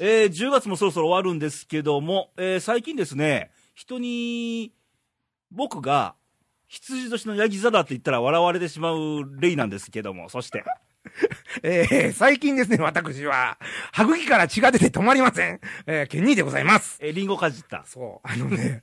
10月もそろそろ終わるんですけども、最近ですね、人に僕が羊年のヤギ座だって言ったら笑われてしまう例なんですけども、そして最近ですね、私は、歯茎から血が出て止まりません。ケニーでございます。 リンゴかじった。 そう。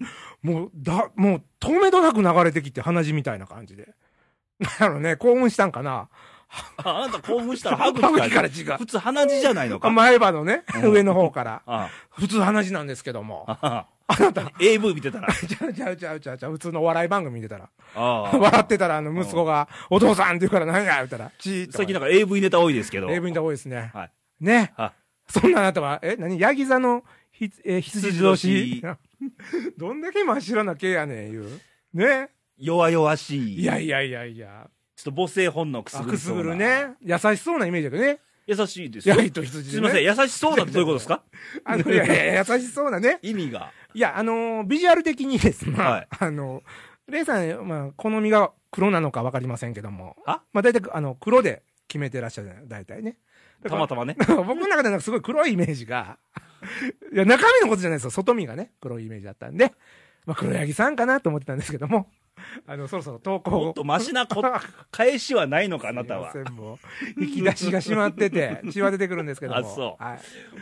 もう、止めどなく流れてきて鼻血みたいな感じで。興奮したんかな。 あなた興奮したら歯歯茎から血が。 普通鼻血じゃないのか。 前歯のね、上の方から。 あ普通鼻血なんですけども。 あなた AV 見てたら。 ちゃう。普通のお笑い番組見てたら。 あ笑ってたら、息子が、お父さんって言うから何や言ったら、 最近なんか AV ネタ多いですけど。 AV ネタ多いですね。 はい。 ね。 はい。 そんなあなたは、ヤギ座の羊年どんだけ真っ白な毛やねん、言う。ね。 弱々しい。 いや。 ちょっと母性本能くすぐるそうな。 くすぐるね。優しそうなイメージだけどね。 優しいですよ。 ヤギと羊ね。 すいません、優しそうだってどういうことですか？ いや、優しそうなね。 意味が。 いや、ビジュアル的にですね、 はい。 レイさん、好みが黒なのかわかりませんけども。 あ？ 大体、黒で決めてらっしゃるじゃない、大体ね。 たまたまね。 僕の中でなんかすごい黒いイメージが、いや、中身のことじゃないですよ。外見がね、黒いイメージだったんで、黒柳さんかなと思ってたんですけども、そろそろ投稿を。 もっとマシな返しはないのか、あなたは。 すいません、もう、引き出しが閉まってて、血は出てくるんですけども。 あ、そう。 はい。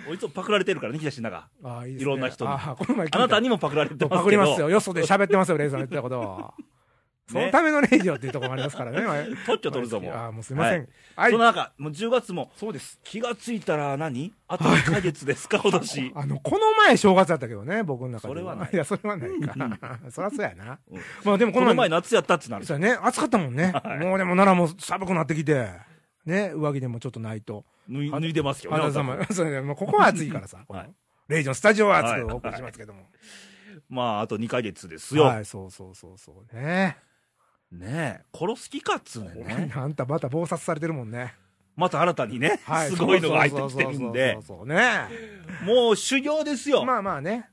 いつもパクられてるからね、引き出しの中。 いいですね。 いろんな人に。 この前あなたにもパクられてますけど。 パクりますよ。よそで喋ってますよ、レイさんの言ってたこと。そのためのレイジオっていうところもありますからね。 特許取るぞ、もう。 もうすいません。 はい。その中、もう10月も。 そうです。 気がついたらあと2ヶ月ですか、今年。 この前正月だったけどね、僕の中で。 それはない。 いや、それはないか。そりゃそうやな。まあでもこの前夏やったってなる。 そうやね。暑かったもんね。もうでも奈良も寒くなってきて。ね、上着でもちょっとないと。 脱いでますよね。 そうね。ここは暑いからさ。レイジのスタジオは暑くお送りしますけども。 まあ、あと2ヶ月ですよ。 はい、そうね。 ねえ、殺す気かっつうね。 あんたまた暴殺されてるもんね。 また新たにね、すごいのが入ってきてるんで。もう修行ですよ。 まあね。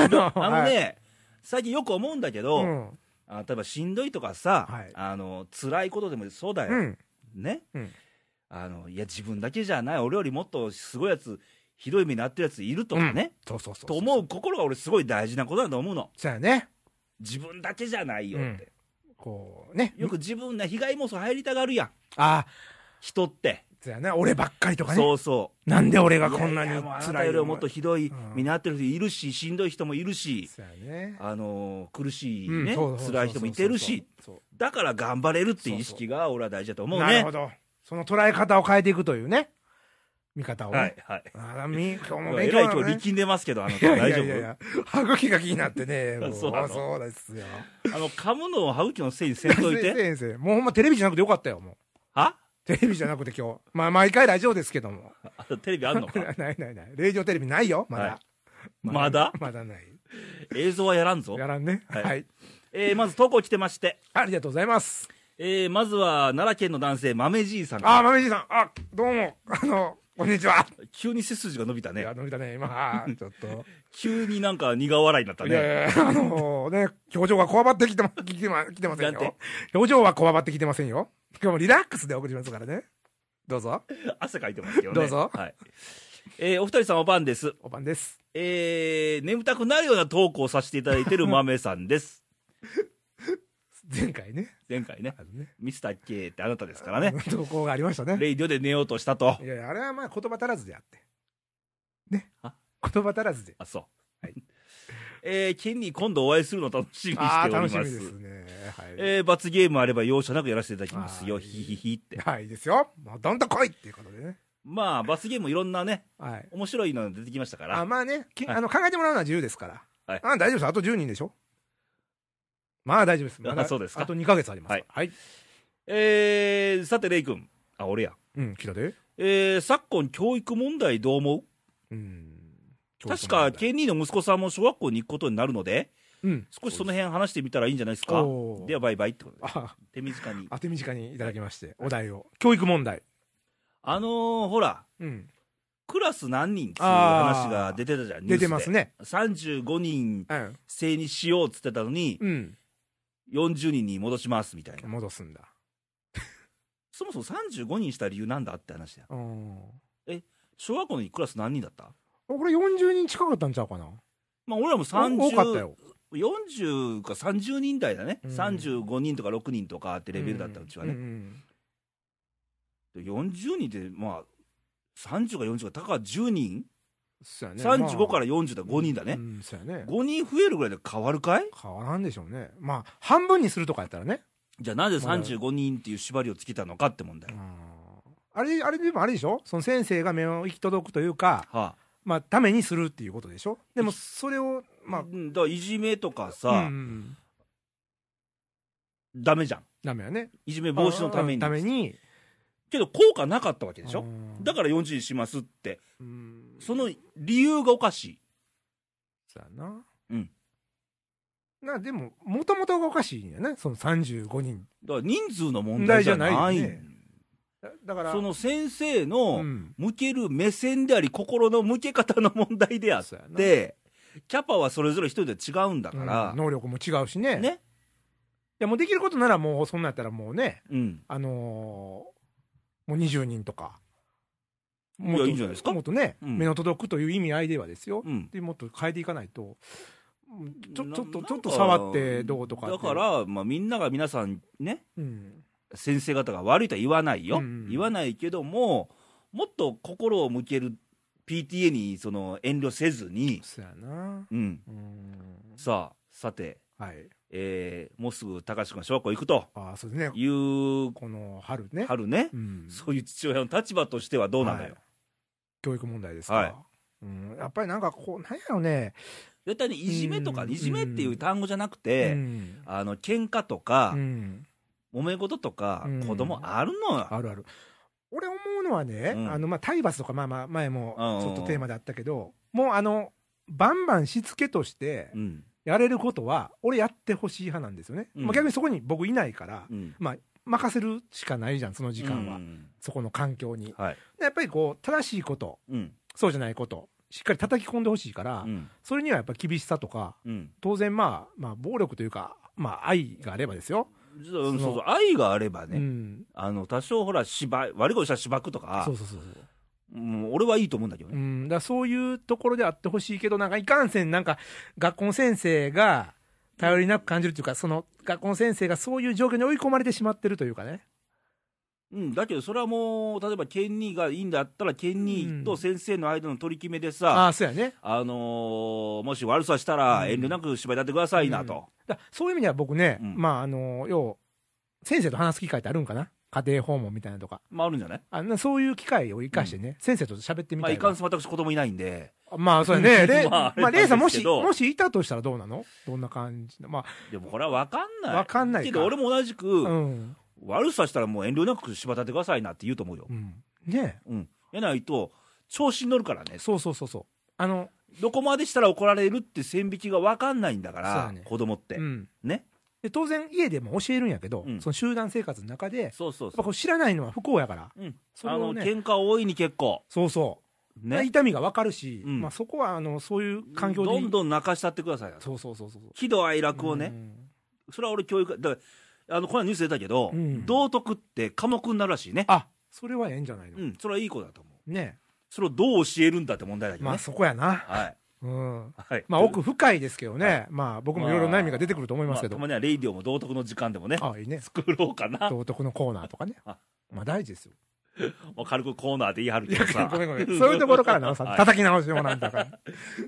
最近よく思うんだけど、例えばしんどいとかさ、辛いことでもそうだよ。ね。いや、自分だけじゃない、俺よりもっとすごいやつ、ひどい目になってるやついるとかね。と思う心が俺すごい大事なことだと思うの。 そうやね。 自分だけじゃないよって。 こうね。 よく自分な被害妄想入りたがるやん。 ああ。 人って。 そうやね。俺ばっかりとかね。 そうそう。 なんで俺がこんなに辛いの。 あなたよりももっとひどい目に遭ってる人いるし、しんどい人もいるし。 そうやね。 苦しいね。辛い人もいてるし。だから頑張れるっていう意識が俺は大事だと思うね。 なるほど。その捉え方を変えていくというね。見方をね。 はい。 今日もえらい今日力んでますけど、大丈夫？いや、歯茎が気になってね。 そうですよ。 噛むのを歯茎のせいにせんといて。 先生、もうほんまテレビじゃなくてよかったよ、もう。 は？ テレビじゃなくて今日。まあ、毎回ラジオですけども。 テレビあんのか？ ない。レジオテレビないよ、まだ。 まだ？ まだない。 映像はやらんぞ。 やらんね。はい。 まず投稿来てまして。 ありがとうございます。 まずは奈良県の男性、豆じいさん。 豆じいさん。どうも。こんにちは。 急に背筋が伸びたね。 伸びたね、今。ちょっと。 急になんか苦笑いになったね。 いや、表情がこわばってきてませんよ。表情はこわばってきてませんよ。今日もリラックスで送りますからね。どうぞ。 汗かいてますよね。 どうぞ。 はい。お二人さんお晩です。 お晩です。 眠たくなるようなトークをさせていただいている豆さんです。 前回ね。 ミスター K ってあなたですからね。 投稿がありましたね。 レイディオで寝ようとしたと。 いや、あれはまあ言葉足らずであって。ね。言葉足らずで。 そう。はい。ケンに今度お会いするの楽しみにしております。 楽しみですね。 はい。罰ゲームあれば容赦なくやらせていただきますよ。ヒヒヒって。 はい、ですよ。もうどんどん来いっていうことでね。 まあ、罰ゲームいろんなね、面白いの出てきましたから。 まあね、考えてもらうのは自由ですから。 はい。 大丈夫です。あと10人でしょ。まあ大丈夫です。まだそうですか。 あと2ヶ月あります。はい。 さて、レイ君。俺や。 来たで。 昨今教育問題どう思う？確か、ケンニーの息子さんも小学校に行くことになるので、少しその辺話してみたらいいんじゃないですか。では、バイバイってことで。手短に。 手短にいただきまして、お題を。教育問題。 ほら。クラス何人っていう話が出てたじゃん、 出てますね。 35人制にしようっつってたのに、40人に戻しますみたいな。 戻すんだ。 そもそも35人した理由なんだって話だよ。小学校のクラス何人だった？ 俺40人近かったんちゃうかな。 まあ俺らも多かったよ。 40か30人台だね、35人とか6人とかってレベルだったうちはね、で40人ってまあ30か40かたか10人、そうやね、35から40だ5人だね、そうやね、5人増えるぐらいで変わるかい？ 変わらんでしょうね。まあ半分にするとかやったらね。じゃあなぜ35人っていう縛りをつけたのかって問題。 あれでもあれでしょ、その先生が目を行き届くというか、まあためにするっていうことでしょ。でもそれをまあだからいじめとかさ、ダメじゃん。 ダメやね。 いじめ防止のために。けど効果なかったわけでしょ。だから40にしますって。その理由がおかしい。 そうやな。でももともとがおかしいんやね、その35人。 だから人数の問題じゃない。だからその先生の向ける目線であり、心の向け方の問題であって、キャパはそれぞれ一人で違うんだから、 能力も違うしね。いやもうできることならもうそんなんやったらもうね、もう20人とか。 いやいいんじゃないですか。 もっとね、目の届くという意味合いではですよ。でもっと変えていかないと。ちょっと触ってどうとか。 だから、まあ、みんなが皆さんね、先生方が悪いとは言わないよ、言わないけども、もっと心を向ける PTA にその遠慮せずに、 そうやな、 さて、もうすぐ高橋君が小学校行くという、 この春ね、 そういう父親の立場としてはどうなんだよ。 教育問題ですか。やっぱりなんかこう、なんやろね、 絶対にいじめとか、いじめっていう単語じゃなくて、喧嘩とか、揉め事とか、子供あるのよ。 あるある。俺思うのはね、体罰とか、まあ前もちょっとテーマであったけど、もうバンバンしつけとしてやれることは俺やってほしい派なんですよね。逆にそこに僕いないから、まあ任せるしかないじゃん、その時間は、そこの環境に。やっぱりこう正しいこと、そうじゃないこと、しっかり叩き込んでほしいから、それにはやっぱ厳しさとか、当然まあ暴力というか、まあ愛があればですよ。 そう愛があればね、多少ほら悪いことしたら芝生とか、俺はいいと思うんだけどね。 だからそういうところであってほしいけど、なんかいかんせん、なんか学校の先生が頼りなく感じるというか、その学校の先生がそういう状況に追い込まれてしまってるというかね。 だけどそれはもう例えば県2がいいんだったら県2と先生の間の取り決めでさ、 そうやね、 もし悪さしたら遠慮なく芝居立ってくださいなと。 そういう意味では僕ね、まあ要先生と話す機会ってあるんかな、家庭訪問みたいなとか、 あるんじゃない。 そういう機会を生かしてね、先生と喋ってみたい。 いかんせん私子供いないんで。 まあそうやね。レイさんもしいたとしたらどうなの？どんな感じの。 でもこれは分かんない。 分かんないか。 けど俺も同じく、悪さしたらもう遠慮なく芝立てくださいなって言うと思うよ。 ねえ。やないと調子に乗るからね。 そう。 どこまでしたら怒られるって線引きが分かんないんだから、子供って。ね。 で当然家でも教えるんやけど、その集団生活の中で知らないのは不幸やから、 喧嘩多いに結構痛みが分かるし、そこはそういう環境でどんどん泣かしたってください。喜怒哀楽をね、それは俺教育だからこのニュース出たけど、道徳って科目になるらしいね。 それはええんじゃないの。 それはいい子だと思うね。 それをどう教えるんだって問題だけどね。 そこやな。奥深いですけどね、僕もいろいろ悩みが出てくると思いますけど、 たまにはレイディオも道徳の時間でもね、作ろうかな。 道徳のコーナーとかね、大事ですよ。 軽くコーナーで言い張るけどさ、 ごめんそういうところから叩き直しもなんだから。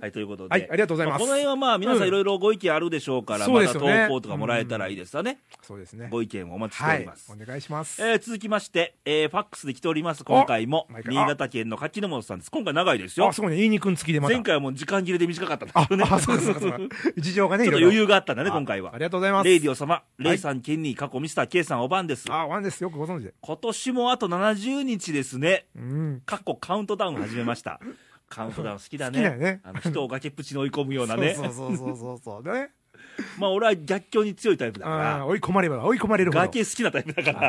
ということで、 ありがとうございます。 この辺は皆さんいろいろご意見あるでしょうから、また投稿とかもらえたらいいですよね。 そうですね。 ご意見をお待ちしております。 お願いします。 続きまして、ファックスで来ております。今回も新潟県の柿本さんです。今回長いですよ。 すごいね、言いにくん付きでまた。 前回はもう時間切れで短かったんですよね。 そう事情がね、 ちょっと余裕があったんだね、今回は。 ありがとうございます。 レイディオ様、レイさん、ケンニー、過去ミスター K さん、おばんです。 おばんです。よくご存知で。 今年もあと70日ですね。カウントダウン始めました。カウントダウン好きだね。 好きだよね。 人を崖っぷちに追い込むようなね。 そうね。 俺は逆境に強いタイプだから。 追い込まれれば追い込まれるほど。 崖好きなタイプだから。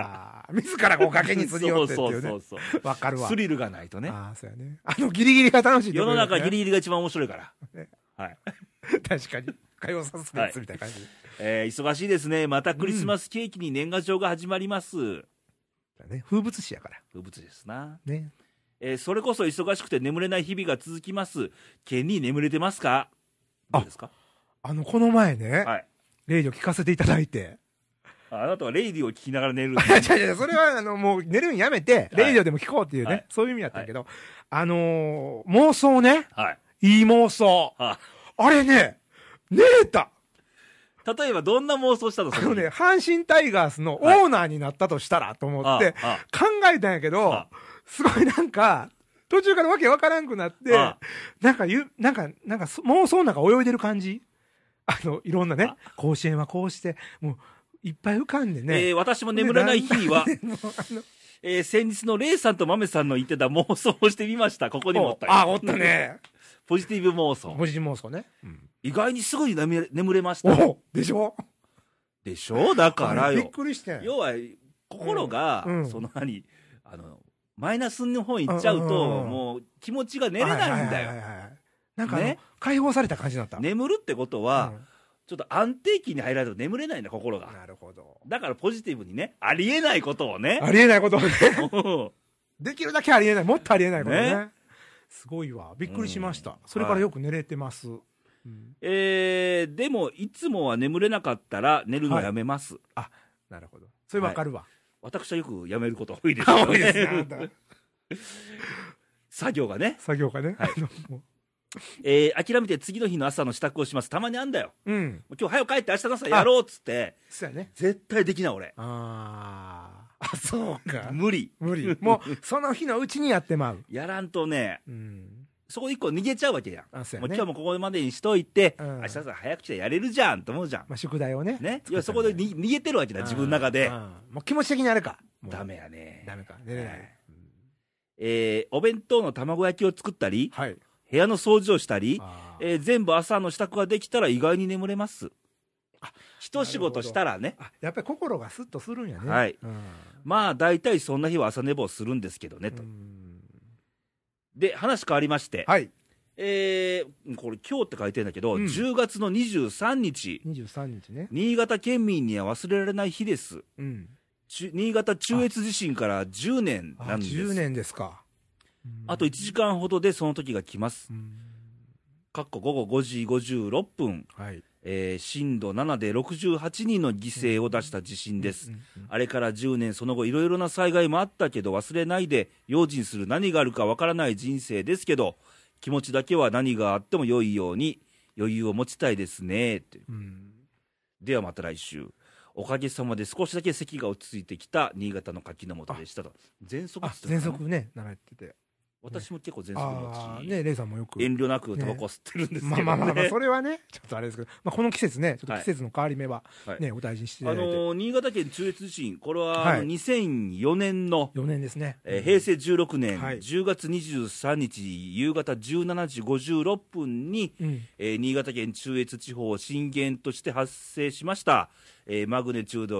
自ら崖にすり寄ってっていうね。わかるわ。 スリルがないとね。 そうやね。ギリギリが楽しい。 世の中ギリギリが一番面白いから。はい。 確かに。火曜サスペンスみたいな感じ。 忙しいですね。またクリスマスケーキに年賀状が始まります。 風物詩やから。 風物詩ですな。 ね。 それこそ忙しくて眠れない日々が続きます。ケニー眠れてますか？どうですか？ この前ね、レイディを聞かせていただいて。 あなたはレイディを聞きながら寝る。 いやいや、それはもう寝るんやめて、レイディオでも聞こうっていうね、そういう意味だったけど、妄想ね。いい妄想。あれね、寝れた。 例えばどんな妄想したの？ 阪神タイガースのオーナーになったとしたらと思って考えたんやけど、すごいなんか、途中からわけわからんくなって、なんか妄想の中泳いでる感じ。いろんなね、甲子園はこうして、もう、いっぱい浮かんでね。 私も眠れない日は、先日のレイさんとマメさんの言ってた妄想をしてみました。ここにもおったおったね。 ポジティブ妄想。 ポジティブ妄想ね。 意外にすぐに眠れました。 でしょだからよ。 びっくりして。 要は、心が、マイナスの方に行っちゃうと、もう気持ちが寝れないんだよ。 なんか解放された感じだった。 眠るってことは、ちょっと安定期に入らないと眠れないんだ、心が。 なるほど。 だからポジティブにね、ありえないことをね。 ありえないことをね。できるだけありえない、もっとありえないことね。すごいわ。びっくりしました。それからよく寝れてます。 でも、いつもは眠れなかったら寝るのやめます。 なるほど。それわかるわ。 私はよくやめることが多いですよね。多いですね。作業がね。諦めて次の日の朝の支度をします。たまにあんだよ。今日早く帰って明日の朝やろうっつって。絶対できない俺。 そうか。 無理。 もうその日のうちにやってまう。 やらんとね、そこ一個逃げちゃうわけやん。もう今日もここまでにしといて、明日朝早く来てやれるじゃんと思うじゃん。 宿題をね。 いやそこで逃げてるわけだ、自分の中で。 もう気持ち的にあれか。 ダメやね。 ダメか。寝れない。 お弁当の卵焼きを作ったり、部屋の掃除をしたり、全部朝の支度ができたら意外に眠れます。一仕事したらね。 やっぱり心がスッとするんやね。 まあ大体そんな日は朝寝坊するんですけどねと。で話変わりまして、これ今日って書いてるんだけど、10月の23日ね、 新潟県民には忘れられない日です。新潟中越地震から10年なんです。 10年ですか。 あと1時間ほどでその時が来ます。午後5時56分、震度7で68人の犠牲を出した地震です。あれから10年、その後いろいろな災害もあったけど忘れないで用心する。何があるかわからない人生ですけど、気持ちだけは何があっても良いように余裕を持ちたいですねって。ではまた来週。おかげさまで少しだけ咳が落ち着いてきた新潟の柿の本でしたと。喘息ね、習ってて。 私も結構喘息持ち。 レイさんもよく。 遠慮なくタバコ吸ってるんですけどね。 まあ、それはね、ちょっとあれですけど、この季節ね、ちょっと季節の変わり目はね、お大事にしていただいて。 新潟県中越地震、これは2004年の、 4年ですね。 平成16年10月23日夕方17時56分に、新潟県中越地方震源として発生しました。マグネチュード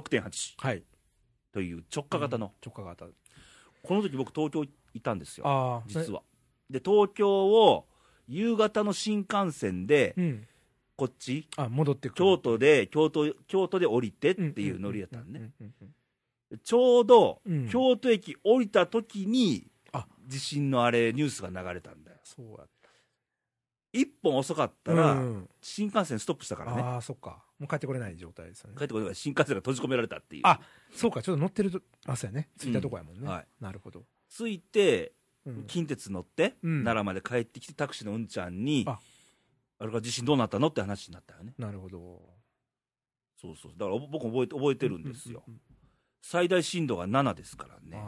6.8 という直下型の。この時僕東京いたんですよ、実は。で東京を夕方の新幹線で、こっち戻ってくる京都で降りてっていう乗りやったんね。ちょうど、京都駅降りた時に地震のニュースが流れたんだよ。 そうやった。 一本遅かったら、新幹線ストップしたからね。 そっか。もう帰ってこれない状態ですよね。 帰ってこれない。新幹線が閉じ込められたっていう。 そうか。ちょっと乗ってる朝やね。着いたとこやもんね。なるほど。 着いて、近鉄乗って、奈良まで帰ってきて、タクシーのうんちゃんに、あれから地震どうなったのって話になったよね。 なるほど。 そう。だから僕覚えてるんですよ。最大震度が7ですからね。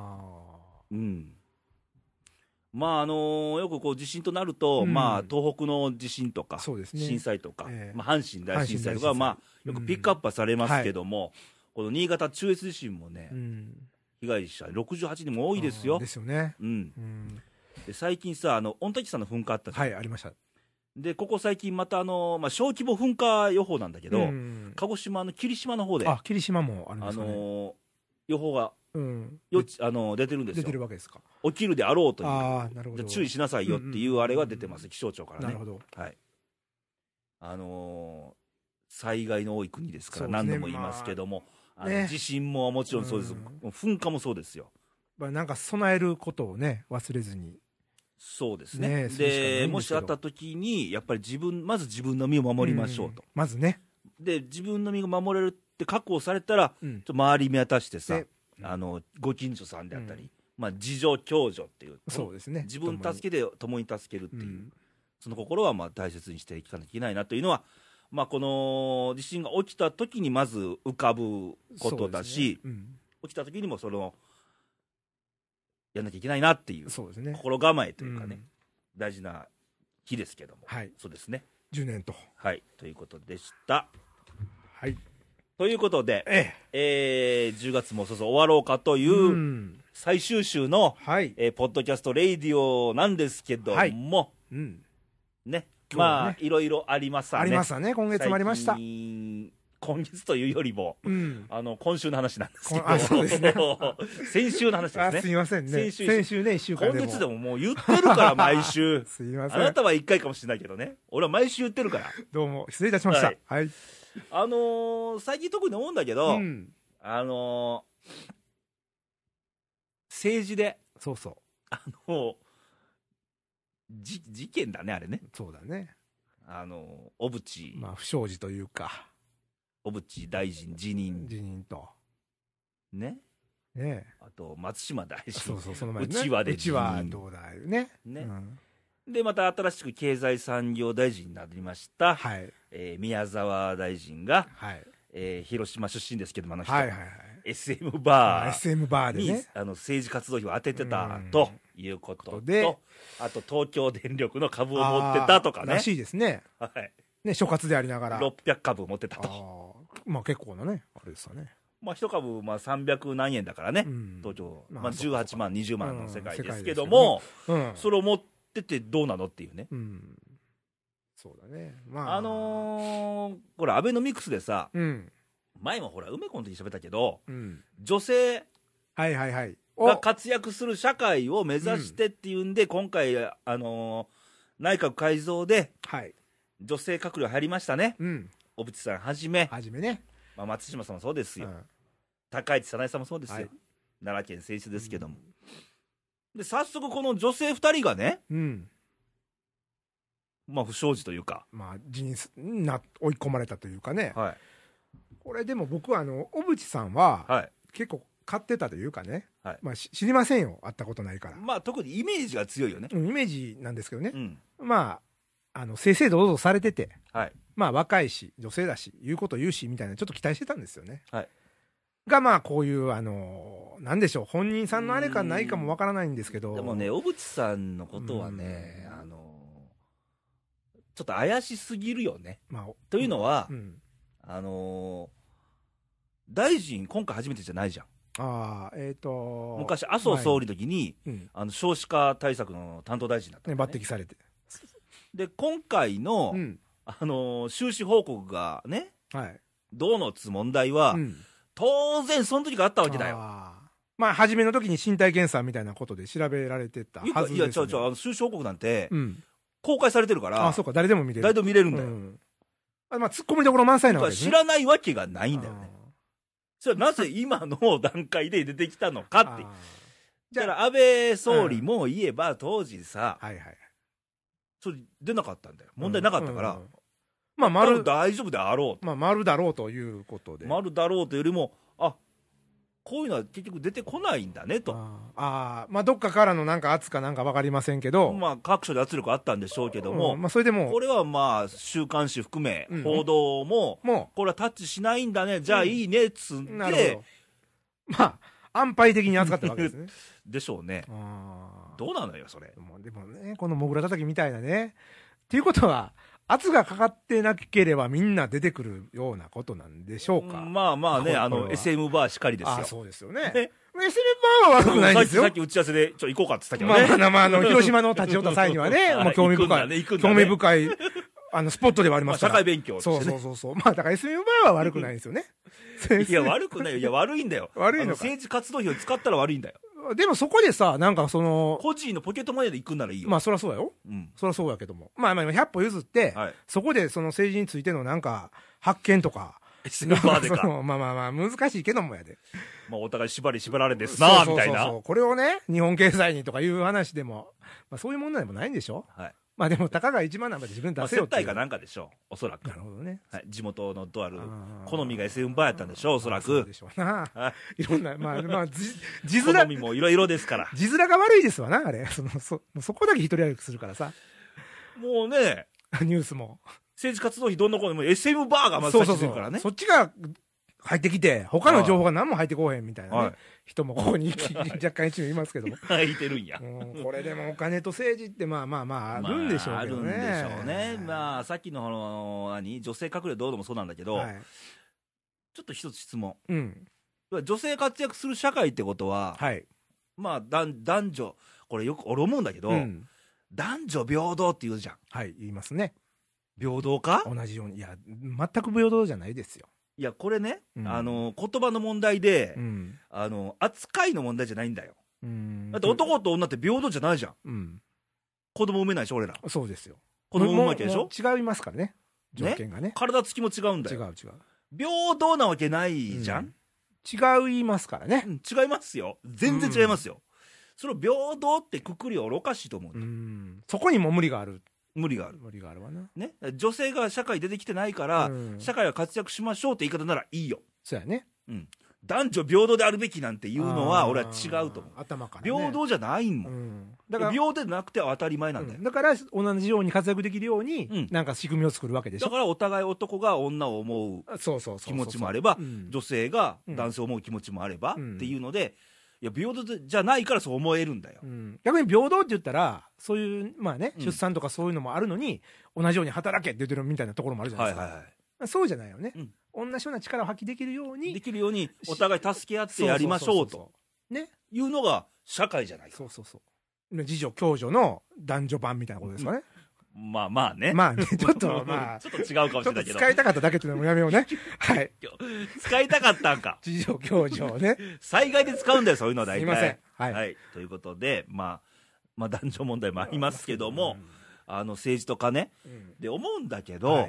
まあよくこう地震となると、東北の地震とか、震災とか、阪神大震災とかよくピックアップはされますけども、この新潟中越地震もね、被害者68人も多いですよ。 ですよね。 で最近さ、御嶽山の噴火あったじゃん。 ありました。 でここ最近また小規模噴火予報なんだけど、鹿児島の霧島の方で霧島もありますね。 予報が出てるんですよ。 出てるわけですか。 起きるであろうという。 なるほど。 注意しなさいよっていうあれが出てます、気象庁からね。 なるほど。 災害の多い国ですから何度も言いますけども、地震ももちろんそうです。噴火もそうですよ。 なんか備えることをね、忘れずに。 そうですね。で、もしあった時に、やっぱりまず自分の身を守りましょうと。 まずね。 で、自分の身が守れるって確保されたら、周り見渡してさ、ご近所さんであったり、自助共助っていう。 そうですね。 自分助けで共に助けるっていう、その心は大切にしていかなきゃいけないなというのは、この地震が起きた時にまず浮かぶことだし、起きた時にもやんなきゃいけないなっていう心構えというかね、大事な日ですけども、そうですね。 10年と。 はい、ということでした。 はい。 ということで、10月もそろそろ終わろうかという最終週の、ポッドキャストレイディオなんですけども、ね、いろいろありますね。 ありましたね、今月もありました。 今月というよりも、今週の話なんですけど、 そうですね。 先週の話ですね。 すみませんね。先週ね、1週間でも。 今月でももう言ってるから、毎週。 すみません。 あなたは1回かもしれないけどね。俺は毎週言ってるから。 どうも、失礼いたしました。はい。 最近特に思うんだけど、政治で、 そうそう。 事件だね、あれね。 そうだね。 小渕、 不祥事というか、 小渕大臣辞任とね、あと松島大臣、 その前ね、 うちわで辞任、 どうだよね。 でまた新しく経済産業大臣になりました、宮沢大臣が、広島出身ですけども、SM バーでね、 政治活動費を当ててたということと、あと東京電力の株を持ってたとかね。 らしいですね。ね、所轄でありながら。 600株持ってたと。 結構なね、あれですよね。 1株300何円だからね、東京、18万、20万の世界ですけども、それを持っててどうなのっていうね。 そうだね。 これ、アベノミクスでさ、前もほら、梅子の時に喋ったけど、女性が活躍する社会を目指してっていうんで、今回、内閣改造で、女性閣僚入りましたね。小渕さんはじめね。 松島さんもそうですよ。高市早苗さんもそうですよ。奈良県選出ですけども。で、早速この女性2人がね、不祥事というか。 辞任追い込まれたというかね。これでも僕は小渕さんは、結構買ってたというかね。知りませんよ。会ったことないから。 特にイメージが強いよね。 イメージなんですけどね。正々堂々されてて、若いし、女性だし、言うこと言うし、みたいな、ちょっと期待してたんですよね。が、こういう、なんでしょう、本人さんのあれかないかもわからないんですけど。 でもね、小渕さんのことはね、ちょっと怪しすぎるよね。というのは、大臣、今回初めてじゃないじゃん。昔、麻生総理の時に、少子化対策の担当大臣だった、 抜擢されて。 で、今回の、収支報告がね、どうのつ問題は、当然その時があったわけだよ。 初めの時に身体検査みたいなことで調べられてたはずですね。 いや、収支報告なんて、公開されてるから。 そうか、誰でも見れる。 誰でも見れるんだよ。 突っ込みどころ満載なわけですね。 知らないわけがないんだよね。それはなぜ今の段階で出てきたのかって。だから安倍総理も言えば当時さ、それ出なかったんだよ。問題なかったから。大丈夫であろう。 丸だろうということで。 丸だろうというよりも、こういうのは結局出てこないんだねと。 どっかからの圧かなんか分かりませんけど。 各所で圧力あったんでしょうけども。 それでも。 これは週刊誌含め、報道も、これはタッチしないんだね、じゃあいいね、つんで。 安牌的に扱ったわけですね。 でしょうね。どうなのよ、それ。 でもね、このモグラ叩きみたいなね。っていうことは、圧がかかってなければみんな出てくるようなことなんでしょうか。 SM バーしかりですよ。 そうですよね。SM バーは悪くないんですよ。 さっき打ち合わせで行こうかって言ったけどね。 広島の立ち寄った際にはね、興味深い、スポットではありますから。 社会勉強。 そう。だから SM バーは悪くないんですよね。 いや、悪くないよ。いや、悪いんだよ。 悪いのか。 政治活動費を使ったら悪いんだよ。 でもそこでさ、 個人のポケットマネーで行くんならいいよ。 そりゃそうだよ。そりゃそうだけども。100歩譲って、そこでその政治についての発見とか、 SM バーでか。 まあまあまあ、難しいけどもやで。 まあ、お互い縛られですな、みたいな。 これをね、日本経済にとかいう話でも、まあそういう問題でもないんでしょ。はい。まあでも、たかが1万なんで自分で出せよっていう。 接待かなんかでしょう、おそらく。 なるほどね。 はい。地元のとある、好みが SM バーやったんでしょう、おそらく。そうでしょうな。いろんな、まあ、 字面。好みもいろいろですから。 字面が悪いですわな、あれ。そこだけ一人歩きするからさ。 もうね、 ニュースも。 政治活動費どんなことでも SM バーがまず先してるからね。 そっちが入ってきて、他の情報が何も入ってこへんみたいなね、人もここに若干一部いますけども。 入ってるんや。 これでもお金と政治ってまあまあまああるんでしょうけどね。 あるんでしょうね。まあさっきの女性隠れどうでもそうなんだけど、ちょっと一つ質問。女性活躍する社会ってことは、まあ男女、これよく俺思うんだけど、男女平等って言うじゃん。 はい、言いますね。 平等か？ 同じように。いや、全く平等じゃないですよ。 いや、これね、言葉の問題で、扱いの問題じゃないんだよ。だって男と女って平等じゃないじゃん。子供産めないでしょ、俺ら。 そうですよ。 子供産むわけでしょ。 違いますからね、条件がね。 体つきも違うんだよ。 違う。 平等なわけないじゃん。 違いますからね。 違いますよ。全然違いますよ。それを平等ってくくりは俺おかしいと思う。 そこにも無理がある。 無理があるわな。 ね、女性が社会出てきてないから、社会は活躍しましょうって言い方ならいいよ。 そうやね。 男女平等であるべきなんていうのは俺は違うと思う。 頭から、 平等じゃないもん。だから平等でなくては当たり前なんだよ。 だから同じように活躍できるように、なんか仕組みを作るわけでしょ。 だからお互い男が女を思う気持ちもあれば、女性が男性を思う気持ちもあればっていうので、いや平等じゃないからそう思えるんだよ。 逆に平等って言ったらそういうまあね、出産とかそういうのもあるのに同じように働けって言ってるみたいなところもあるじゃないですか。そうじゃないよね。同じような力を発揮できるようにお互い助け合ってやりましょうというのが社会じゃないか。 自助共助の男女版みたいなことですかね。 まあね。 ちょっとまあ。 ちょっと違うかもしれないけど。 使いたかっただけっていうのもやめようね。はい。 使いたかったんか。 自助共助ね。 災害で使うんだよ、そういうのは大体。 すいません。 はい。ということで、まあ男女問題もありますけども、政治とかね。で、思うんだけど、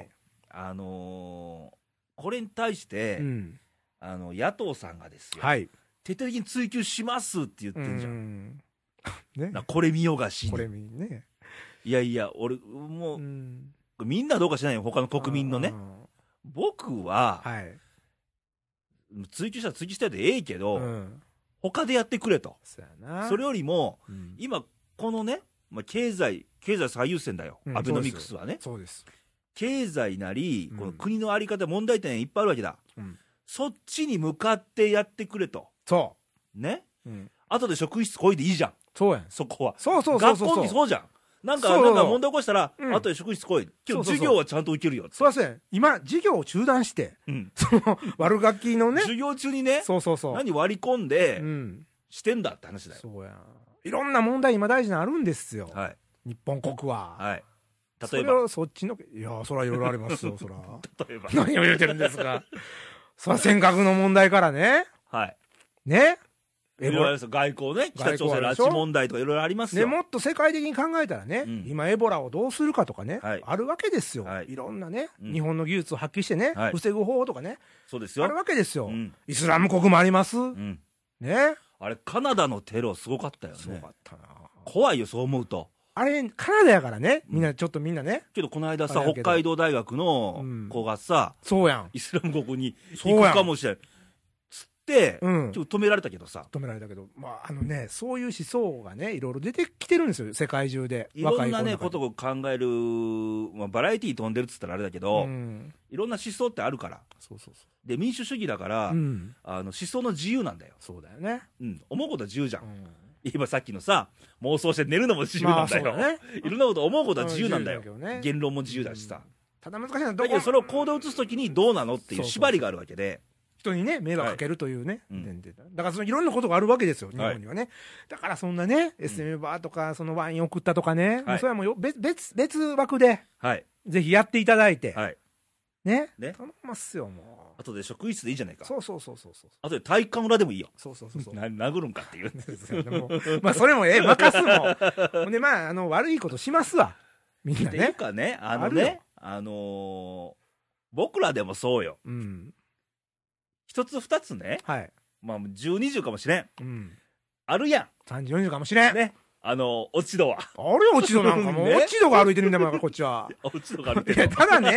これに対して、野党さんがですよ。徹底的に追及しますって言ってんじゃん。これ見よがしに。 これ見ね。 いや、俺、もう、みんなどうかしないよ、他の国民のね。僕は、追求したらでええけど、他でやってくれと。それよりも、今、このね、経済最優先だよ、アベノミクスはね。 そうです。 経済なり、この国の在り方、問題点いっぱいあるわけだ。そっちに向かってやってくれと。 そう。 ね。後で職質こいでいいじゃん。 そうやん。 そこは。 そう。 学校にそうじゃん。なんか問題起こしたら、後で職質来い。今日授業はちゃんと受けるよ。 そうですね。今、授業を中断して、悪ガキのね。 授業中にね、 そう。 何割り込んで、してんだって話だよ。 そうや。いろんな問題今大事なのあるんですよ。日本国は。例えば。そっちの、いや、そらいろいろありますよ、そら。 例えば。 何を言うてるんですか。そら尖閣の問題からね。ね。 いろいろあります。外交ね、北朝鮮拉致問題とかいろいろありますよ。 もっと世界的に考えたらね、今エボラをどうするかとかね、あるわけですよ。いろんなね、日本の技術を発揮してね、防ぐ方法とかね、 そうですよ。 あるわけですよ。イスラム国もあります。ね。 あれ、カナダのテロすごかったよね。 すごかったな。 怖いよ、そう思うと。 あれ、カナダやからね、みんなね。 けど、この間さ、北海道大学の子がさ、 そうやん。 イスラム国に行くかもしれない。つって、ちょっと止められたけどさ。 まあ、そういう思想がね、いろいろ出てきてるんですよ、世界中で。 いろんなね、ことを考える、バラエティー飛んでるっつったらあれだけど、いろんな思想ってあるから。で、民主主義だから、思想の自由なんだよ。 そうだよね。 思うことは自由じゃん。今さっきのさ、妄想して寝るのも自由なんだよ。いろんなこと思うことは自由なんだよ。言論も自由だしさ。 ただ難しいのはだけどそれを行動を移すときにどうなのっていう縛りがあるわけで。 人にね、迷惑かけるというね。だからいろんなことがあるわけですよ、日本にはね。だからそんなね、SM バーとか、そのワイン送ったとかね、それはもう別枠で、ぜひやっていただいて。ね。頼みますよ、もう。 あとで職員室でいいじゃないか。 そう。 あとで体育館裏でもいいよ。 そう。 殴るんかっていう。 まあ、それも任すもん。で、まあ、悪いことしますわ。みんなね。 っていうかね、僕らでもそうよ。 一つ二つね、 はい。 まあ、10、20かもしれん。 うん。 あるやん。30、40かもしれん。 ね。落ち度は。 あれ落ち度なんかもう、落ち度が歩いてるんだもん、こっちは。 落ち度が歩いてる。 ただね、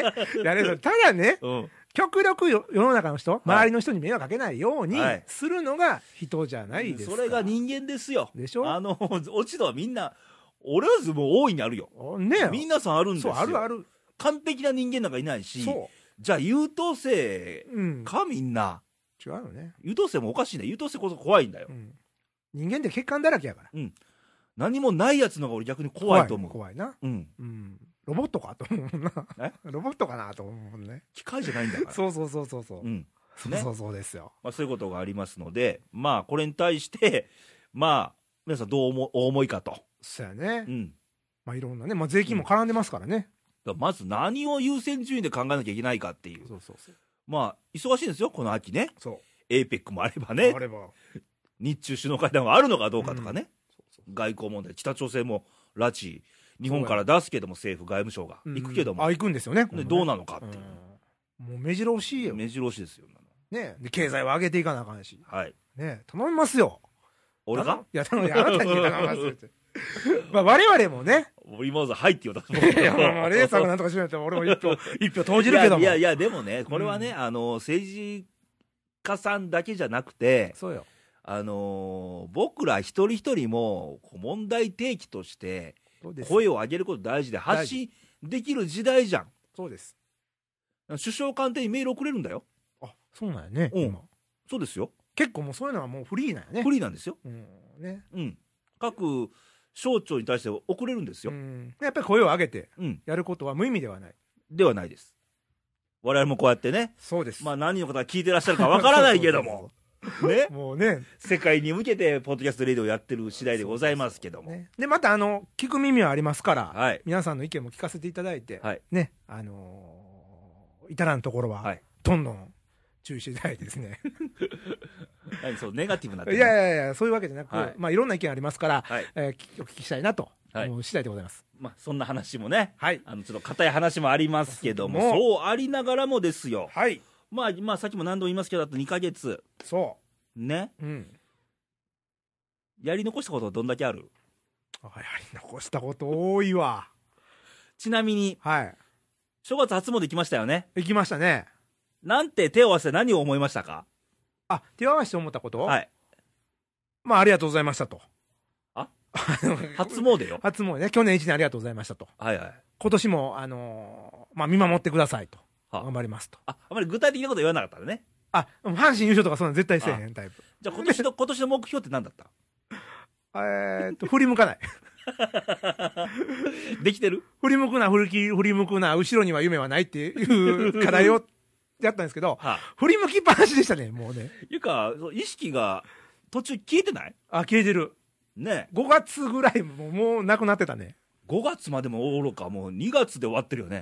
極力世の中の人、周りの人に迷惑かけないようにするのが人じゃないですか。 それが人間ですよ。 でしょ？ 落ち度はみんな、俺はもう大いにあるよ。 ね、 皆さんあるんですよ。 そう、ある。 完璧な人間なんかいないし、じゃあ優等生か、みんな。 違うよね。 優等生もおかしいね。優等生こそ怖いんだよ。 人間って欠陥だらけやから。 何もないやつの方が俺逆に怖いと思う。 怖いな。ロボットかと思うな。ロボットかなと思うね。 機械じゃないんだから。 そう。そうですよ。 そういうことがありますので、まあこれに対して、まあ皆さんどうお思いかと。 そうやね。まあいろんなね、まあ税金も絡んでますからね。 まず何を優先順位で考えなきゃいけないかっていう。まあ忙しいんですよ、この秋ね。APEC もあればね。日中首脳会談はあるのかどうかとかね。外交問題、北朝鮮も拉致、日本から出すけども政府外務省が行くけども、 行くんですよね。 どうなのかっていう、 もう目白押しよ。 目白押しですよね。で経済を上げていかなあかんし、 はいね、頼みますよ。 俺が？ いや、あなたに頼みますよって。まあ我々もね、 今まず入ってよだと。 いや、レーサーがなんとかしないと俺も一票投じるけども。 いやでもね、これはね、政治家さんだけじゃなくて、 そうよ。 僕ら一人一人も問題提起として声を上げること大事で、発信できる時代じゃん。 そうです。 首相官邸にメール送れるんだよ。 あ、そうなんやね。 そうですよ。 結構もうそういうのはもうフリーなんやね。 フリーなんですよ。各省庁に対して送れるんですよ。 やっぱり声を上げてやることは無意味ではない。 ではないです。我々もこうやってね。 そうです。 まあ何人の方が聞いてらっしゃるかわからないけども。ね、 もうね、 世界に向けてポッドキャストレディをやってる次第でございますけども、 でまた聞く耳はありますから、皆さんの意見も聞かせていただいて、ね、至らんところはどんどん注意していただいてですね。 そうネガティブな。 いやそういうわけじゃなく、まあいろんな意見ありますから、お聞きしたいなと思う次第でございます。 まあそんな話もね、ちょっと硬い話もありますけども、そうありながらもですよ。まあさっきも何度も言いますけど、あと2ヶ月。ね。やり残したことはどんだけある？ やり残したこと多いわ。 ちなみに、正月初詣行きましたよね。 行きましたね。 なんて手を合わせて何を思いましたか？ 手を合わせて思ったこと？まあありがとうございましたと。 初詣よ。 初詣ね。去年1年ありがとうございましたと。今年もまあ見守ってくださいと。頑張りますと。 あまり具体的なこと言わなかったね。 阪神優勝とかそんな絶対せえへんタイプ。 じゃあ今年の目標って何だった？ 振り向かない。 できてる？ 振り向くな、後ろには夢はないっていう課題をやったんですけど、振り向きっぱなしでしたね、もうね。 いうか、意識が途中消えてない？ 消えてる。 ね。 5月ぐらいもうなくなってたね。 5月までもおろか、もう2月で終わってるよね。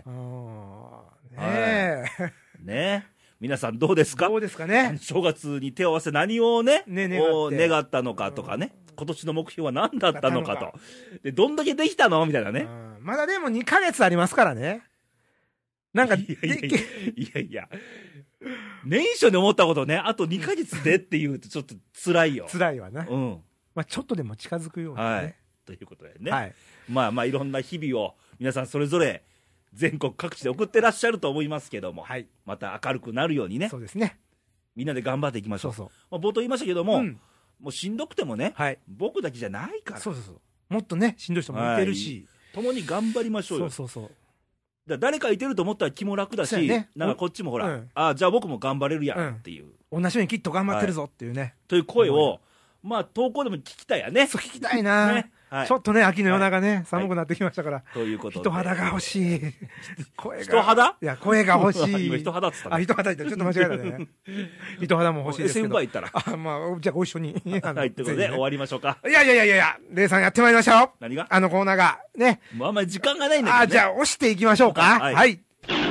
ねえ。皆さんどうですか？ どうですかね。 正月に手を合わせ何をね、願ったのかとかね、今年の目標は何だったのかと。で、どんだけできたのみたいなね。 まだでも2ヶ月ありますからね。なんか、いや、年初に思ったことね、あと2ヶ月でっていうとちょっと辛いよ。 辛いわな。まあちょっとでも近づくようにね。 ということでね。まあいろんな日々を皆さんそれぞれ全国各地で送ってらっしゃると思いますけども、また明るくなるようにね。 そうですね。 みんなで頑張っていきましょう。冒頭言いましたけども、もうしんどくてもね、僕だけじゃないから。 もっとね、しんどい人もいてるし。 共に頑張りましょうよ。誰かいてると思ったら気も楽だし、なんかこっちもほら、じゃあ僕も頑張れるやんっていう。 同じようにきっと頑張ってるぞっていうね。 という声を、まあ投稿でも聞きたいやね。 そう、聞きたいな。ちょっとね、秋の夜長ね、寒くなってきましたから。 ということで。 人肌が欲しい。 人肌？ いや、声が欲しい。 今人肌っつったね。 人肌言った。ちょっと間違えたね。人肌も欲しいですけど。 先輩行ったら。 まあ、じゃあご一緒に。 はい、ということで終わりましょうか。 いや、レイさんやってまいりましょう。 何が？ コーナーが。ね。 もうあんまり時間がないんだけどね。 じゃあ押していきましょうか。はい。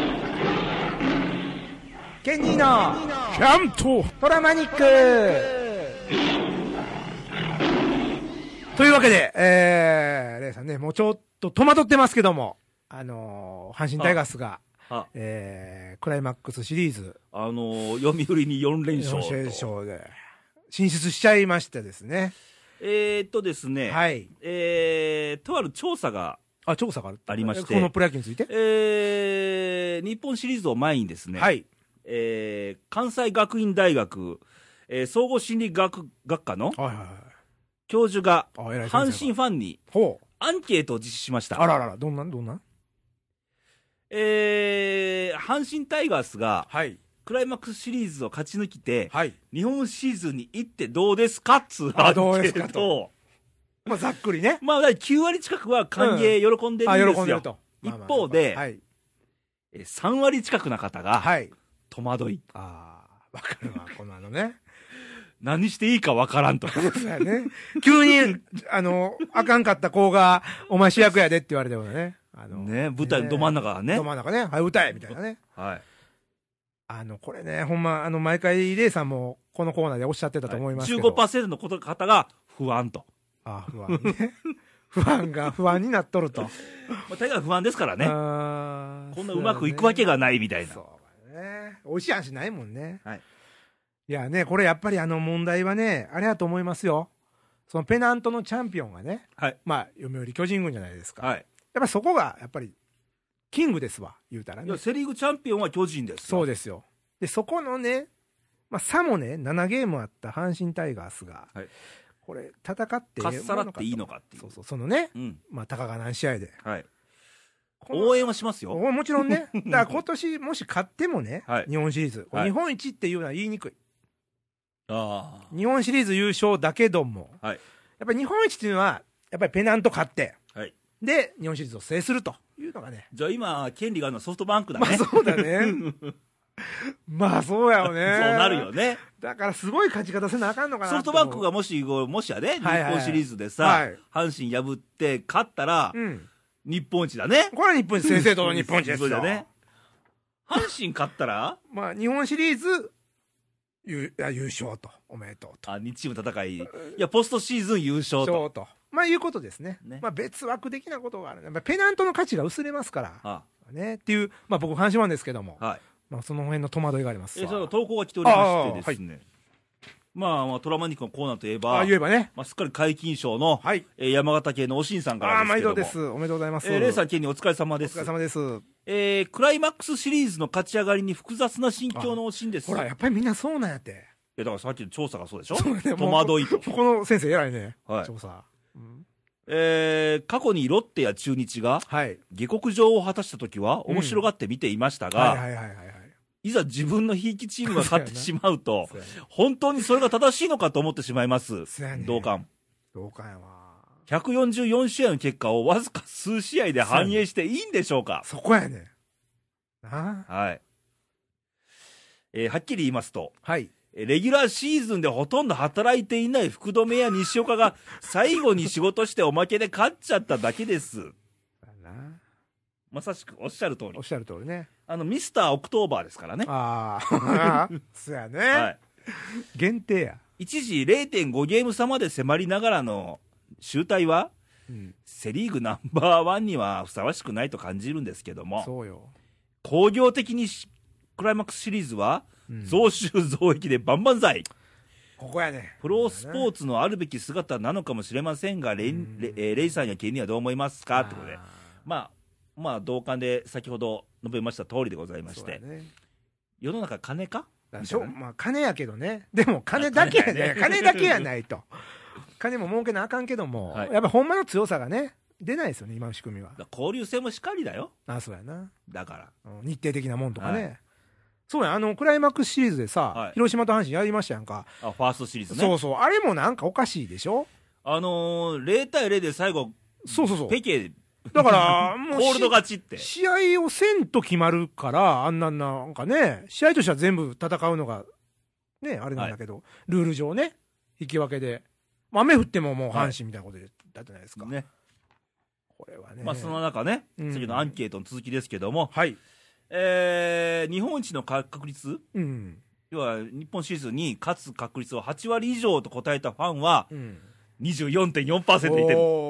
ケニーのキャントトラマニックというわけで、レイさんね、もうちょっと戸惑ってますけども、阪神タイガースがクライマックスシリーズ、 読売に4連勝 4連勝で進出しちゃいましてですね。 ですね、 はい、 とある調査がありまして、 このプロ野球について、 日本シリーズを前にですね、 はい、 関西学院大学、総合心理学科の教授が阪神ファンにアンケートを実施しました。 あらら、どんなん阪神タイガースが、クライマックスシリーズを勝ち抜きて、日本シーズンに行ってどうですかっつうアンケートを、 まあ、ざっくりね、 まあ、9割近くは歓迎、喜んでるんですよ。一方で、3割近くな方が戸惑い。 わかるわ、このね。 何していいかわからんと。 急に、あかんかった子が、お前主役やでって言われてもね。 舞台のど真ん中ね。 ど真ん中ね。はい、歌えみたいなね。これね、ほんま、毎回、レイさんも、このコーナーでおっしゃってたと思いますけど。 15% の方が不安と。 不安ね。不安になっとると。 大概不安ですからね。こんなうまくいくわけがないみたいな。 そうね。美味しい話ないもんね。いやね、これやっぱり問題はね、あれだと思いますよ。そのペナントのチャンピオンがね、まあ、読売巨人軍じゃないですか。やっぱりそこが、やっぱり、キングですわ、言うたらね。 セリーグチャンピオンは巨人です。 そうですよ。で、そこのね、まあ、差もね、7ゲームあった阪神タイガースが、これ、戦って、 かっさらっていいのかっていう。 そのね、まあ、たかが何試合で。 応援はしますよ。 もちろんね。だから今年、もし勝ってもね、日本シリーズ。日本一っていうのは言いにくい。日本シリーズ優勝だけども、やっぱり日本一っていうのは、やっぱりペナント勝って、で、日本シリーズを制するというのがね。 じゃあ今、権利があるのはソフトバンクだね。 まあそうだね。まあそうやよね。 そうなるよね。 だからすごい勝ち方せなあかんのかな。 ソフトバンクがもしやね、日本シリーズでさ、阪神破って勝ったら、日本一だね。 これは日本一、正々堂々日本一ですよ。 そうだね。阪神勝ったらまあ日本シリーズ、優勝と、おめでとうと。 2チーム戦い。いや、ポストシーズン優勝と。 まあいうことですね。まあ別枠的なことがある。ペナントの価値が薄れますから。ね。っていう、まあ僕、阪神ファンですけども。まあその辺の戸惑いがあります。 投稿が来ておりましてですね。まあ、トラマニックのコーナーといえば、すっかり皆勤賞の山形県のおしんさんからですけども。 毎度です。おめでとうございます。 レイさん、県にお疲れ様です。 お疲れ様です。 クライマックスシリーズの勝ち上がりに複雑な心境のおしんです。 ほら、やっぱりみんなそうなんやって。 いや、だからさっきの調査がそうでしょ。戸惑いと。 この先生偉いね。調査。 過去にロッテや中日が下克上を果たした時は面白がって見ていましたが、いざ自分のひいきチームが勝ってしまうと、本当にそれが正しいのかと思ってしまいます。同感。 同感やわ。 144試合の結果をわずか数試合で反映していいんでしょうか。 そこやね。 はい。はっきり言いますと、レギュラーシーズンでほとんど働いていない福留や西岡が最後に仕事しておまけで勝っちゃっただけです。まさしくおっしゃる通り。 おっしゃる通りね。 ミスターオクトーバーですからね。 そうやね。限定や。 一時 0.5 ゲーム差まで迫りながらの集大は、セリーグナンバーワンにはふさわしくないと感じるんですけども、工業的にクライマックスシリーズは、増収増益で万々歳。 ここやね。 プロスポーツのあるべき姿なのかもしれませんが、レイさんやケニーはどう思いますかってことで。まあ、同感で先ほど述べました通りでございまして、世の中金かまあ、金やけどね。でも金だけやね。金だけやないと。金も儲けなあかんけども、やっぱほんまの強さがね、出ないですよね、今の仕組みは。 交流戦もしかりだよ。 そうやな。 だから。 日程的なもんとかね。そうや、クライマックスシリーズでさ、広島と阪神やりましたやんか。 ファーストシリーズね。 そうそう。あれもなんかおかしいでしょ ？0対0で最後、ペケだから、 もう、コールド勝ちって。 試合をせんと決まるから、なんかね、試合としては全部戦うのが、ね、あれなんだけど、ルール上ね、引き分けで。雨降ってももう阪神みたいなことだったじゃないですか。ね。これはね。 まあその中ね、次のアンケートの続きですけども、日本一の確率、要は日本シリーズに勝つ確率を8割以上と答えたファンは、24.4% いてる。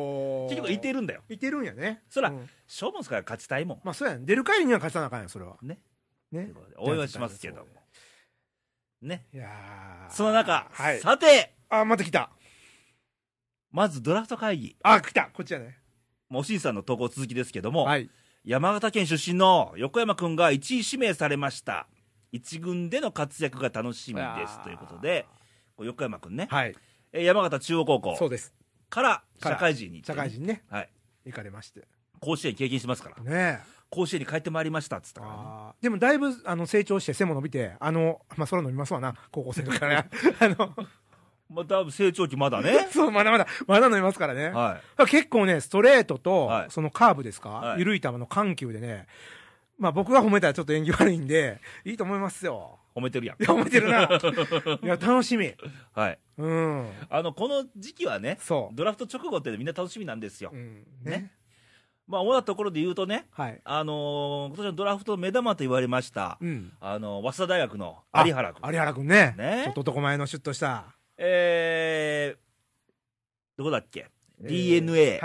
結局いてるんだよ。 いてるんやね。 そら、勝負ですから勝ちたいもん。 まあそうやね。出る帰りには勝ちたなあかんやそれは。 ね。応援しますけども。ね。 いやその中、さて、 また来た。 まずドラフト会議。 来た。こっちやね。 おしんさんの投稿続きですけども、山形県出身の横山君が1位指名されました。一軍での活躍が楽しみですということで、横山君ね、山形中央高校から社会人に行って、 社会人ね、行かれまして、 甲子園経験してますからね。甲子園に帰ってまいりましたっつったからね。 でもだいぶ成長して背も伸びて、それは伸びますわな、高校生の時からまた成長期まだね。 そう、まだ伸びますからね。結構ね、ストレートと、そのカーブですか、緩い球の緩急でね、まあ僕が褒めたらちょっと縁起悪いんで、いいと思いますよ。 褒めてるやん。 いや、褒めてるな。いや、楽しみ。 はい。この時期はね、ドラフト直後ってみんな楽しみなんですよ。ね。まあ、主なところで言うとね、今年のドラフトの目玉と言われました、早稲田大学の有原君。 有原君ね。ちょっと男前のシュッとした。 どこだっけ ?DNA、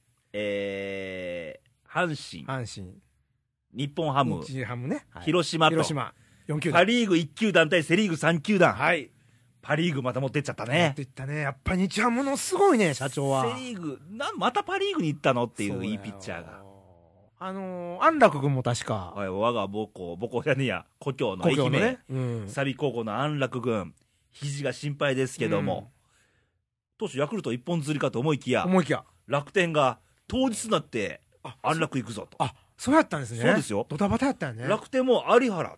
阪神、日本ハム、広島と、パリーグ1球団対セリーグ3球団。パリーグまた持ってっちゃったね。 持っていったね。やっぱ日ハムのすごいね、社長は。 セリーグ、またパリーグに行ったのっていういいピッチャーが。 安楽君も確か。 我が母校じゃねえや、故郷の愛媛、佐備高校の安楽君、肘が心配ですけども、当初ヤクルト一本釣りかと思いきや、楽天が当日になって安楽行くぞと。 そうやったんですね。 そうですよ。 ドタバタやったよね。 楽天も有原。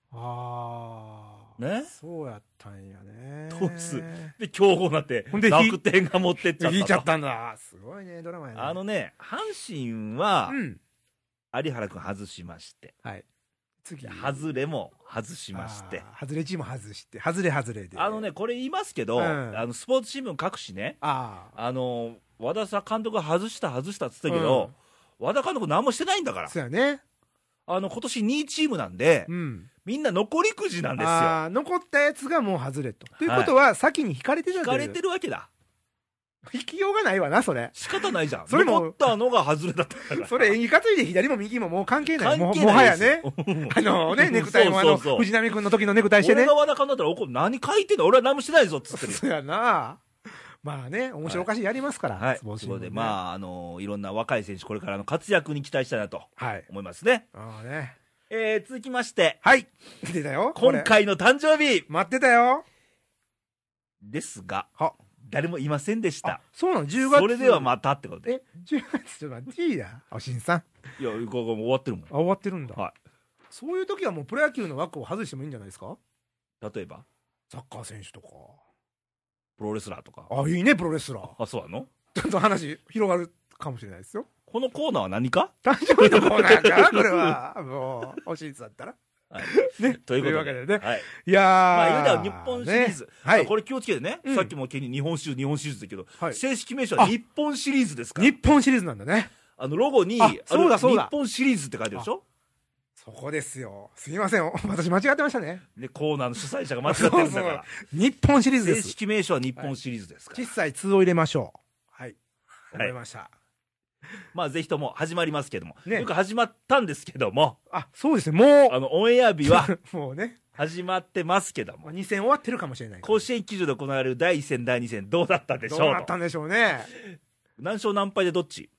ね。 そうやったんやね。 当日で強豪になって楽天が持ってっちゃったと。 引いちゃったんだ。すごいね、ドラマやね。 阪神は有原君外しまして、次外れも外しまして、 外れチーム外して、外れで。 これ言いますけど、スポーツ新聞各紙ね、和田監督が外したっつったけど、和田監督何もしてないんだから。 そうやね。 今年2位チームなんで、みんな残りくじなんですよ。 残ったやつがもう外れと。ということは、先に引かれてるわけだ。 引かれてるわけだ。 引きようがないわな、それ。 仕方ないじゃん。それも残ったのが外れだったから。 それ、演技担いで左も右ももう関係ない。もはやね。ネクタイも藤波君の時のネクタイしてね。 俺が和田監督だったら、何書いてんの俺は何もしてないぞっつってる。 そうやな。まあね、面白おかしいやりますから。 ということで、まあ、いろんな若い選手、これからの活躍に期待したいなと思いますね。続きまして。 出たよ。 今回の誕生日。 待ってたよ。 ですが、誰もいませんでした。 そうなの ?10 月。 それではまたってことで。 10月ちょっと待っていいや、おしんさん。 いや、もう終わってるもん。 終わってるんだ。そういう時はもうプロ野球の枠を外してもいいんじゃないですか？ 例えばサッカー選手とか。 プロレスラーとか。 いいね、プロレスラー。 そうなの？ ちょっと話広がるかもしれないですよ。 このコーナーは何か？ 誕生日のコーナーかこれは。もう、おしんさんだったら。 ね。というわけでね。 いやー。まあ、言うたら日本シリーズ。これ気をつけてね。さっきも日本シリーズだけど、正式名称は日本シリーズですから。 日本シリーズなんだね。 ロゴに、日本シリーズって書いてるでしょ？ そこですよ。すみません。私間違ってましたね。 で、コーナーの主催者が間違ってるんだから。 日本シリーズです。 正式名称は日本シリーズですから。 小さい2を入れましょう。はい。思いました。 まあ、ぜひとも始まりますけども。よく始まったんですけども。 そうですね。もう。 オンエア日は、 もうね。 始まってますけども。 2戦終わってるかもしれない。 甲子園球場で行われる第1戦、第2戦、どうだったでしょうと。 どうなったんでしょうね。 何勝何敗でどっち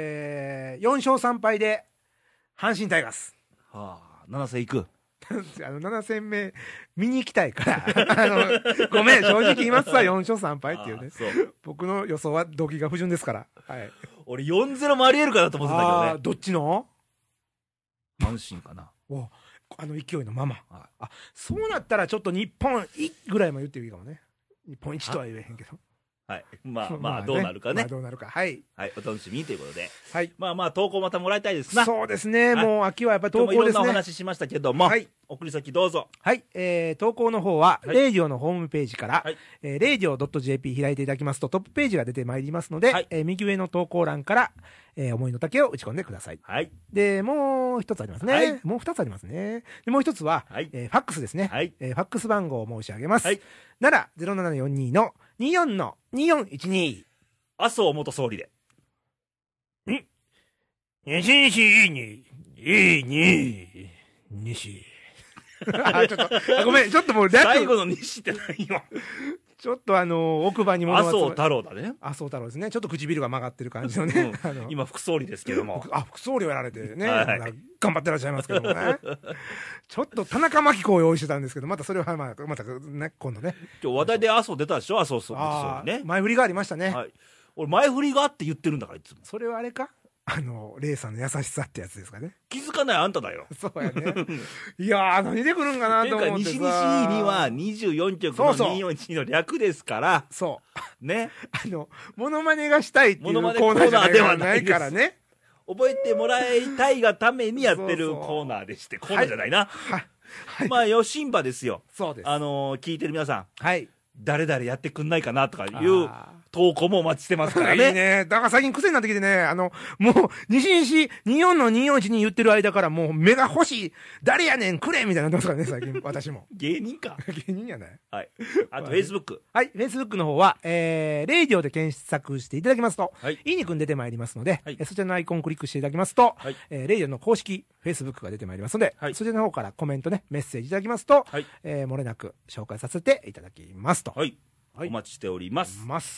？4勝3敗で、阪神タイガース。 7戦行く。 7戦目見に行きたいからごめん正直言いますわ4勝3敗っていうね。僕の予想は動機が不純ですから。 俺 4-0 もありえるかなと思ってたけどね。 どっちの？ 阪神かな。 勢いのまま。そうなったらちょっと日本1ぐらいも言ってもいいかもね。日本1とは言えへんけど。 まあどうなるかね。 どうなるか。はい。 お楽しみということで。まあ投稿またもらいたいですな。 そうですね。もう秋はやっぱり投稿ですね。 いろんなお話ししましたけども。送り先どうぞ。 投稿の方は、レイディオのホームページから、レイディオ .jp 開いていただきますとトップページが出てまいりますので、右上の投稿欄から、思いの丈を打ち込んでください。で、もう一つありますね。もう2つありますね。で、もう一つは、ファックスですね。ファックス番号を申し上げます。奈良 0742 の24-2412。 麻生元総理で。 西に、いいに、西。ちょっと、ごめん、ちょっともう最後の西って何よ。 ちょっと奥歯に物麻生太郎だね。 麻生太郎ですね。ちょっと唇が曲がってる感じのね。 今、副総理ですけども。 副総理をやられてね、頑張ってらっしゃいますけどもね。ちょっと田中真紀子を用意してたんですけど、またそれはまたね、今度ね。 今日話題で麻生出たでしょ、麻生総理ね。 前振りがありましたね。 俺、前振りがあって言ってるんだから、いつも。 それはあれかレイさんの優しさってやつですかね。 気づかないあんただよ。 そうやね。いやー、何で来るんかなと思ってさ。 西西には24局の242の略ですから。 そう。 ね。 モノマネがしたいっていうコーナーではないからね。 覚えてもらいたいがためにやってるコーナーでして、コーナーじゃないな。まあ、よしんばですよ。 そうです。 聞いてる皆さん。 はい。 誰々やってくんないかなとかいう投稿もお待ちしてますからね。 いいね。だから最近癖になってきてね、もう、西西24の241に言ってる間からもう目が欲しい、誰やねんくれみたいになってますからね、最近、私も。 芸人か。 芸人やない。 はい。あと、Facebook。 はい。Facebook の方は、レイディオで検索していただきますと、いいにくん出てまいりますので、そちらのアイコンをクリックしていただきますと、レイディオの公式 Facebook が出てまいりますので、そちらの方からコメントね、メッセージいただきますと、漏れなく紹介させていただきますと。 はい。お待ちしております。はい、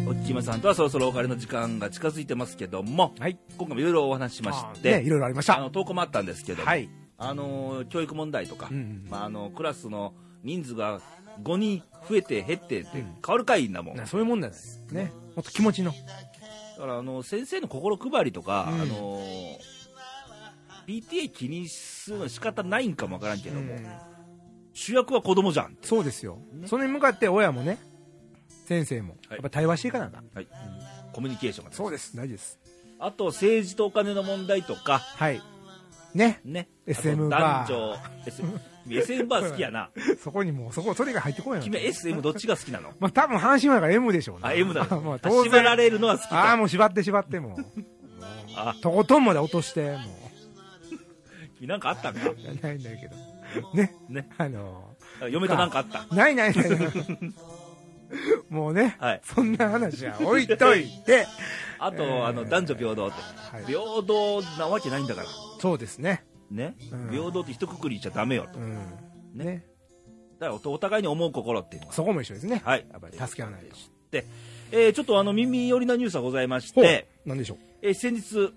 おっちまさんとはそろそろお別れの時間が近づいてますけども、今回もいろいろお話ししまして、 いろいろありました。 投稿もあったんですけども、教育問題とか、クラスの人数が5人増えて減ってって変わるかいなもん。 そういうもんだね。もっと気持ちの。 だから先生の心配りとか、PTA 気にするの仕方ないんかもわからんけども、主役は子供じゃん。 そうですよ。それに向かって親もね、先生もやっぱ対話していかなあかん。 コミュニケーションがそうです、大事です。 あと政治とお金の問題とか、 ね SM バー、 男女 SM バー好きやな。 そこにもそれが入ってこないの。 君 SM どっちが好きなの？ まあ多分阪神はから M でしょうね。 M だ。縛られるのは好きか。 もう縛ってもとことんまで落としてもう。 なんかあったんか？ ないんだけどね。 嫁となんかあった？ ないもうね、そんな話は置いといて。 あと男女平等って平等なわけないんだから。 そうですね。 平等って一括り言っちゃダメよと。ね。だからお互いに思う心っていうのはそこも一緒ですね。 はい。 やっぱり助け合わないと。 で、ちょっと耳寄りなニュースがございまして、 何でしょう。先日、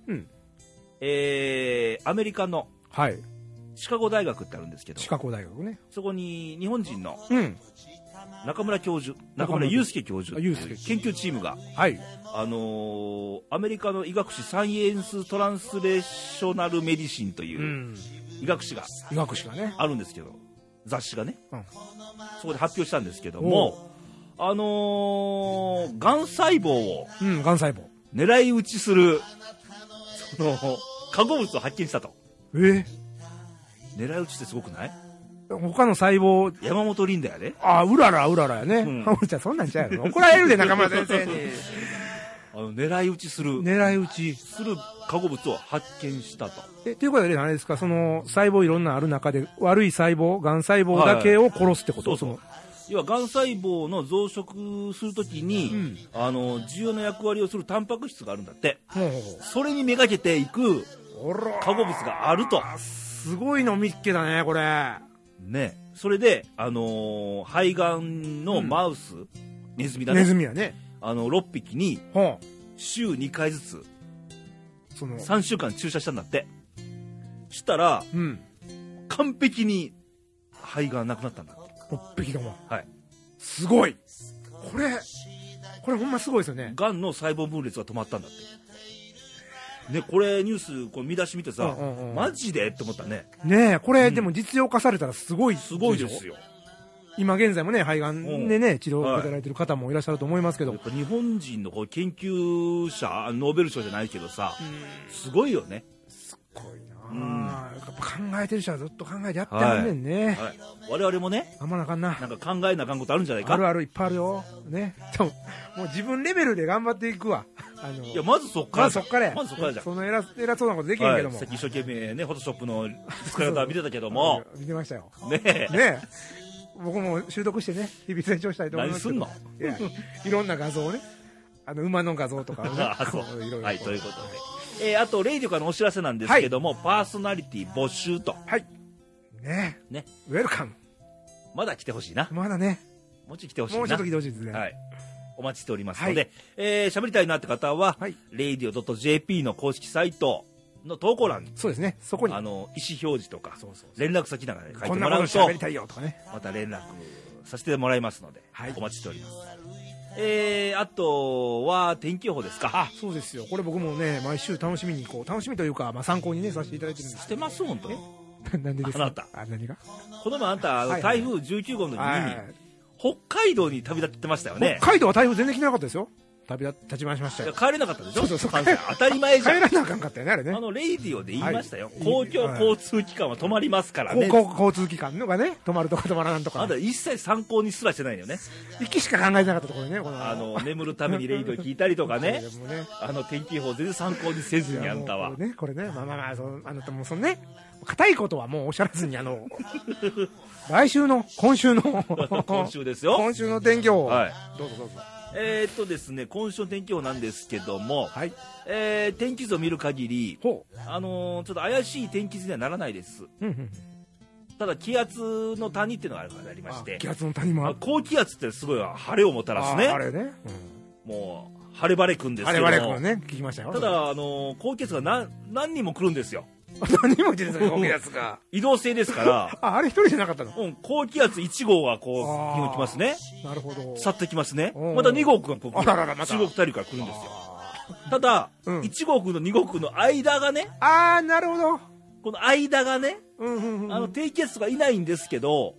アメリカのシカゴ大学ってあるんですけど、 シカゴ大学ね。 そこに日本人の中村祐介教授という研究チームが、アメリカの医学誌サイエンス・トランスレーショナル・メディシンという医学誌があるんですけど、雑誌がね、そこで発表したんですけども、がん細胞を狙い撃ちするその化合物を発見したと。狙い撃ちってすごくない？ 他の細胞。 山本リンダやで。 うららやね。じゃそんなんちゃうよ。怒られるで、中村先生に。 狙い撃ちする化合物を発見したと。 ということで、あれですか、その細胞いろんなある中で悪い細胞、がん細胞だけを殺すってこと？ 要はがん細胞の増殖するときに、重要な役割をするタンパク質があるんだって。それにめがけていく化合物があると。 すごいの見っけだね、これ。 ね。それで、肺がんのマウス、ネズミだね。 ネズミやね。 6匹に、週2回ずつ、3週間注射したんだって。したら、完璧に肺がなくなったんだって。 6匹とも。 はい。 すごい。これほんますごいですよね。 がんの細胞分裂が止まったんだって。ね、これニュース見出し見てさ、マジでって思ったね。 ねえ、これでも実用化されたらすごいですよ。 今現在もね、肺がんでね、治療を受けられてる方もいらっしゃると思いますけど。 やっぱ日本人の研究者、ノーベル賞じゃないけどさ、すごいよね。 すごいな。やっぱ考えてる人はずっと考えてやってはんねんね。 我々もね、 あんまなあかんな。 なんか考えなあかんことあるんじゃないか。 あるいっぱいあるよ。ね。もう自分レベルで頑張っていくわ。 いや、まずそっからじゃん。 その偉そうなことできへんけども。 さっき一生懸命ね、フォトショップの使い方見てたけども。 見てましたよ。 ねえ。僕も習得してね、日々成長したいと思います。 何すんの？ いろんな画像をね、 馬の画像とかねいろいろ。はい、ということで、あとレイディオからのお知らせなんですけども、パーソナリティ募集と。 はいねウェルカム。 まだ来てほしいな。 まだね、 もうちょっと来てほしいな。 もうちょっと来てほしいですね。 はい、お待ちしておりますので、喋りたいなって方は、radio.jp の公式サイトの投稿欄に、 そうですね、そこに意思表示とか連絡先なんかで書いてもらうと、 こんなこと喋りたいよとかね、 また連絡させてもらいますので、お待ちしております。あとは天気予報ですか。 そうですよ。これ僕もね、毎週楽しみに楽しみというか、参考にねさせていただいてるんです。 してます、本当に。 なんでですか。 あなた何が。 この前あんた台風19号の時に北海道に旅立ってましたよね。 北海道は台風全然来てなかったですよ。立ち回しましたよ。 帰れなかったでしょ。 そう当たり前じゃん。 帰らなあかんかったよね、あれね。 レイディオで言いましたよ。公共交通機関は止まりますからね。 公共交通機関のがね、止まるとか止まらなんとか。 あんた一切参考にすらしてないよね。 息しか考えてなかったところね、 眠るためにレイディオ聞いたりとかね。天気予報全然参考にせずに、あんたは。 これね、あなたもそのね、硬いことはもうおっしゃらずに、今週ですよ。今週の天気予報。どうぞ。 ですね、今週の天気予報なんですけども、天気図を見る限り、ちょっと怪しい天気図にはならないです。ただ気圧の谷っていうのがありまして、 気圧の谷も高気圧ってすごい晴れをもたらすね。もう晴れ晴れくんですけども、 聞きましたよ。 ただ高気圧が何人も来るんですよ。 何人も来てるんですよ、高気圧が。 移動性ですから。 あれ一人じゃなかったの。 高気圧1号が日本来ますね。 なるほど。 去ってきますね。また2号くんが中国大陸から来るんですよ。ただ、1号くんと2号くんの間がね。 なるほど。 この間がね、低気圧がいないんですけど、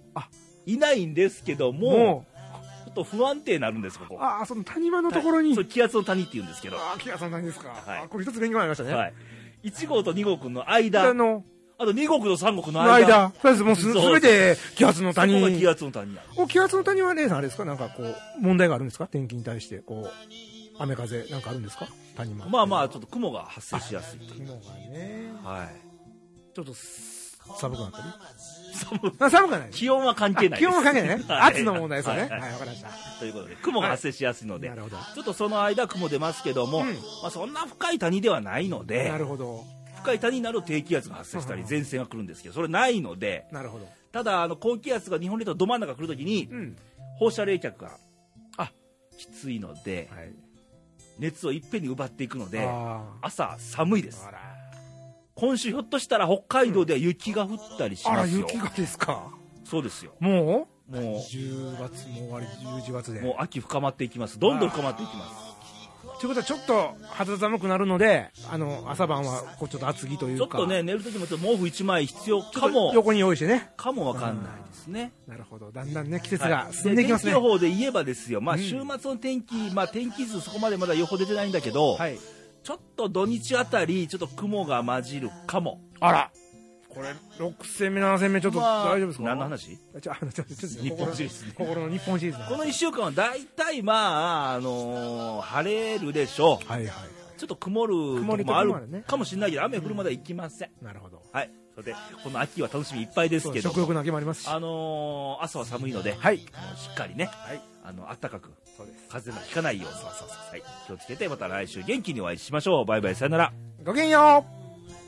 もちょっと不安定になるんです、ここ。 その谷間のところに。 気圧の谷って言うんですけど。 気圧の谷ですか。これ一つ勉強になりましたね。 1号と2号くんの間、あと2号くんと3号くんの間。 もうすべて気圧の谷。 そこが気圧の谷なんです。 気圧の谷は姉さんあれですか、なんか問題があるんですか、天気に対して雨風なんかあるんですか、谷間。 ちょっと雲が発生しやすい。 雲がね。ちょっと寒くなったり。 寒くない。気温は関係ない。 気温は関係ないね。圧の問題ですよね。わかりました。 ということで、雲が発生しやすいので、ちょっとその間雲出ますけども、そんな深い谷ではないので、深い谷になる低気圧が発生したり、前線が来るんですけど、それないので、ただ高気圧が日本列島ど真ん中来るときに、放射冷却がきついので、熱をいっぺんに奪っていくので、朝寒いです。今週ひょっとしたら北海道では雪が降ったりしますよ。 雪がですか。 そうですよ。 もう10月も終わり、11月でもう秋深まっていきます。どんどん深まっていきます。 ということはちょっと肌寒くなるので、朝晩はちょっと厚着というか、 ちょっとね、寝る時もちょっと毛布1枚必要かも、 横に用意してね、 かもわかんないですね。 なるほど。だんだんね、季節が進んでいきますね。 天気予報で言えばですよ、週末の天気、天気図そこまでまだ予報出てないんだけど、ちょっと土日あたりちょっと雲が混じるかも。 これ6戦目7戦目ちょっと大丈夫ですか。 何の話？ 日本シリーズね。 心の日本シリーズ。 この1週間は大体晴れるでしょう。ちょっと曇るとこもあるかもしれないけど、雨降るまで行きません。 なるほど。 それでこの秋は楽しみいっぱいですけど、 食欲の秋もありますし、 朝は寒いので、しっかりね、暖かく風邪もひかないように気をつけて、また来週元気にお会いしましょう。バイバイ、さよなら。 ごきげんよう。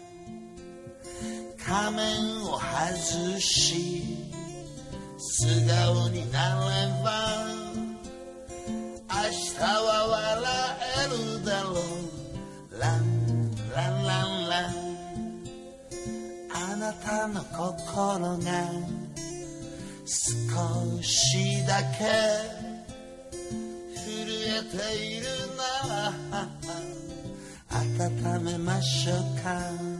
仮面を外し素顔になれば明日は笑えるだろう。ランランランラン、あなたの心が少しだけ震えているなら温めましょうか。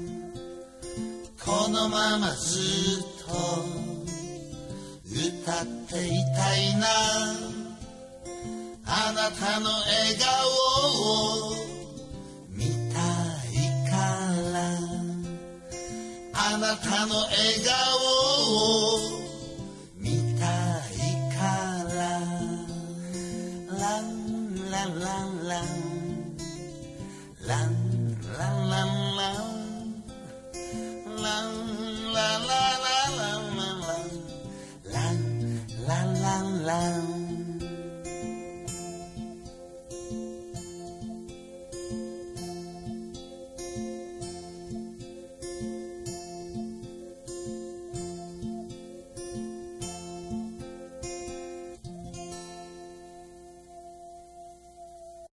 このままずっと歌っていたいな。あなたの笑顔を見たいから、あなたの笑顔を見たいから。ランランランランランランランランランランランランランランランランラン